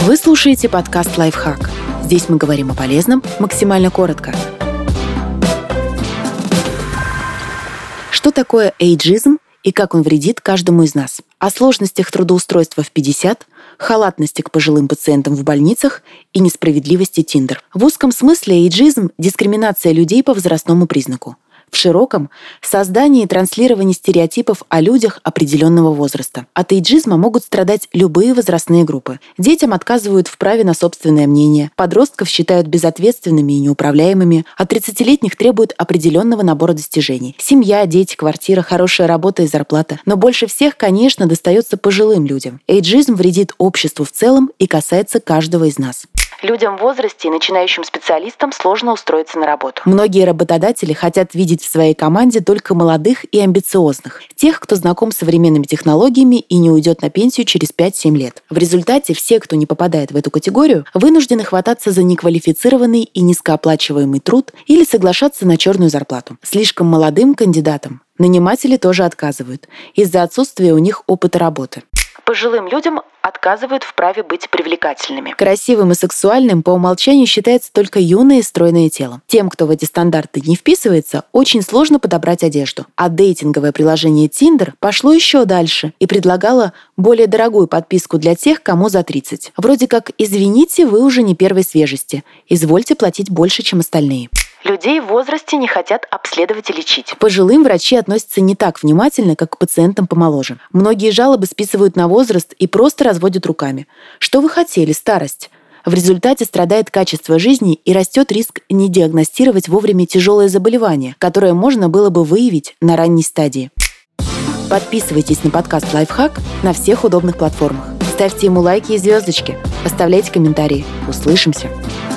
Вы слушаете подкаст «Лайфхак». Здесь мы говорим о полезном максимально коротко. Что такое эйджизм и как он вредит каждому из нас? О сложностях трудоустройства в 50, халатности к пожилым пациентам в больницах и несправедливости Tinder. В узком смысле эйджизм – дискриминация людей по возрастному признаку. В широком – создание и транслирование стереотипов о людях определенного возраста. От эйджизма могут страдать любые возрастные группы. Детям отказывают в праве на собственное мнение, подростков считают безответственными и неуправляемыми, а 30-летних требуют определенного набора достижений. Семья, дети, квартира, хорошая работа и зарплата. Но больше всех, конечно, достается пожилым людям. Эйджизм вредит обществу в целом и касается каждого из нас. Людям в возрасте и начинающим специалистам сложно устроиться на работу. Многие работодатели хотят видеть в своей команде только молодых и амбициозных, тех, кто знаком с современными технологиями и не уйдет на пенсию через 5-7 лет. В результате все, кто не попадает в эту категорию, вынуждены хвататься за неквалифицированный и низкооплачиваемый труд или соглашаться на черную зарплату. Слишком молодым кандидатам наниматели тоже отказывают из-за отсутствия у них опыта работы. Пожилым людям отказывают в праве быть привлекательными. Красивым и сексуальным по умолчанию считается только юное и стройное тело. Тем, кто в эти стандарты не вписывается, очень сложно подобрать одежду. А дейтинговое приложение Tinder пошло еще дальше и предлагало более дорогую подписку для тех, кому за 30. Вроде как «извините, вы уже не первой свежести. Извольте платить больше, чем остальные». Людей в возрасте не хотят обследовать и лечить. К пожилым врачи относятся не так внимательно, как к пациентам помоложе. Многие жалобы списывают на возраст и просто разводят руками. Что вы хотели, старость? В результате страдает качество жизни и растет риск не диагностировать вовремя тяжелое заболевание, которое можно было бы выявить на ранней стадии. Подписывайтесь на подкаст «Лайфхак» на всех удобных платформах. Ставьте ему лайки и звездочки. Оставляйте комментарии. Услышимся!